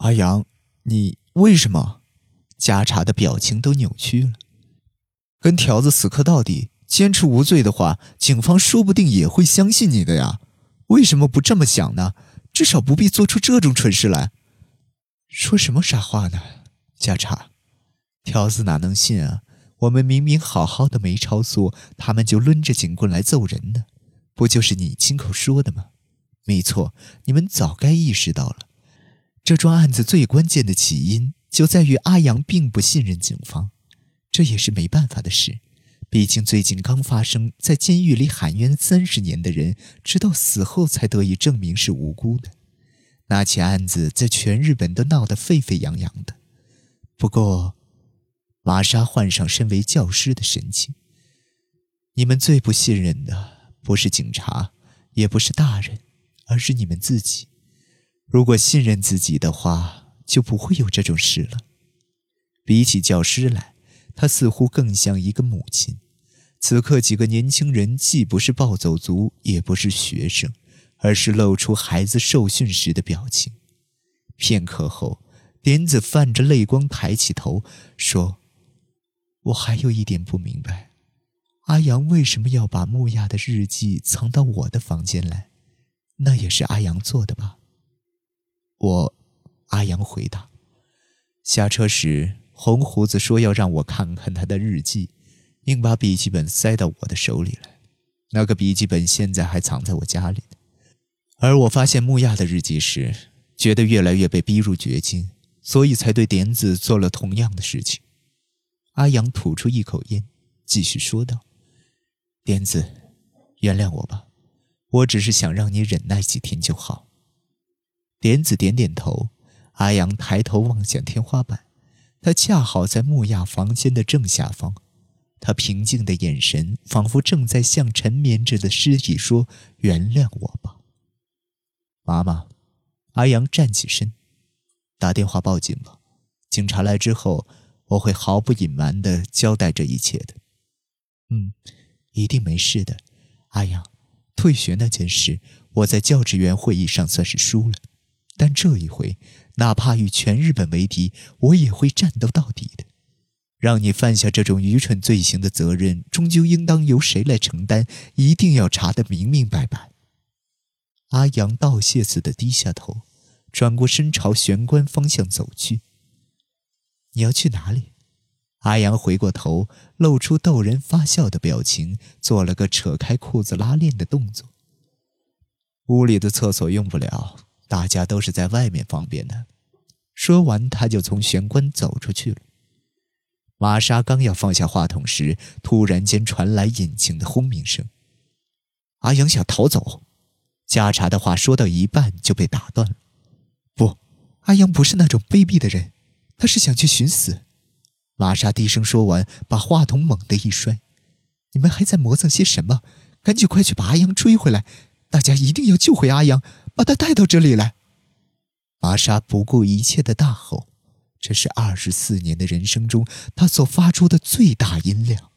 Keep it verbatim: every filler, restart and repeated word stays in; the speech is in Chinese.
阿阳，你为什么？家茶的表情都扭曲了。跟条子死磕到底，坚持无罪的话，警方说不定也会相信你的呀。为什么不这么想呢？至少不必做出这种蠢事来。说什么傻话呢？家茶，条子哪能信啊？我们明明好好的没超速，他们就抡着警棍来揍人呢。不就是你亲口说的吗？没错，你们早该意识到了。这桩案子最关键的起因就在于阿阳并不信任警方，这也是没办法的事。毕竟最近刚发生在监狱里喊冤三十年的人，直到死后才得以证明是无辜的。那起案子在全日本都闹得沸沸扬扬的。不过，玛莎换上身为教师的神情。你们最不信任的不是警察，也不是大人，而是你们自己。如果信任自己的话，就不会有这种事了。比起教师来，他似乎更像一个母亲。此刻几个年轻人既不是暴走族，也不是学生，而是露出孩子受训时的表情。片刻后，点子泛着泪光抬起头说：我还有一点不明白，阿阳为什么要把木亚的日记藏到我的房间来？那也是阿阳做的吧？我，阿阳回答。下车时，红胡子说要让我看看他的日记，硬把笔记本塞到我的手里来。那个笔记本现在还藏在我家里呢。而我发现木亚的日记时，觉得越来越被逼入绝境，所以才对点子做了同样的事情。阿阳吐出一口烟，继续说道：点子，原谅我吧，我只是想让你忍耐几天就好。点子点点头，阿阳抬头望向天花板，他恰好在木亚房间的正下方。他平静的眼神仿佛正在向沉眠着的尸体说：原谅我吧。妈妈，阿阳站起身，打电话报警吧。警察来之后，我会毫不隐瞒地交代这一切的。嗯，一定没事的。阿阳，退学那件事，我在教职员会议上算是输了，但这一回，哪怕与全日本为敌，我也会战斗到底的。让你犯下这种愚蠢罪行的责任，终究应当由谁来承担，一定要查得明明白白。阿阳道谢似的低下头，转过身朝玄关方向走去。你要去哪里？阿阳回过头，露出逗人发笑的表情，做了个扯开裤子拉链的动作。屋里的厕所用不了，大家都是在外面方便的。说完，他就从玄关走出去了。玛莎刚要放下话筒时，突然间传来引擎的轰鸣声。阿阳想逃走，家茶的话说到一半就被打断了。不，阿阳不是那种卑鄙的人，他是想去寻死。玛莎低声说完，把话筒猛地一摔。你们还在磨蹭些什么？赶紧快去把阿阳追回来，大家一定要救回阿阳，把他带到这里来。玛莎不顾一切的大吼，这是二十四年的人生中她所发出的最大音量。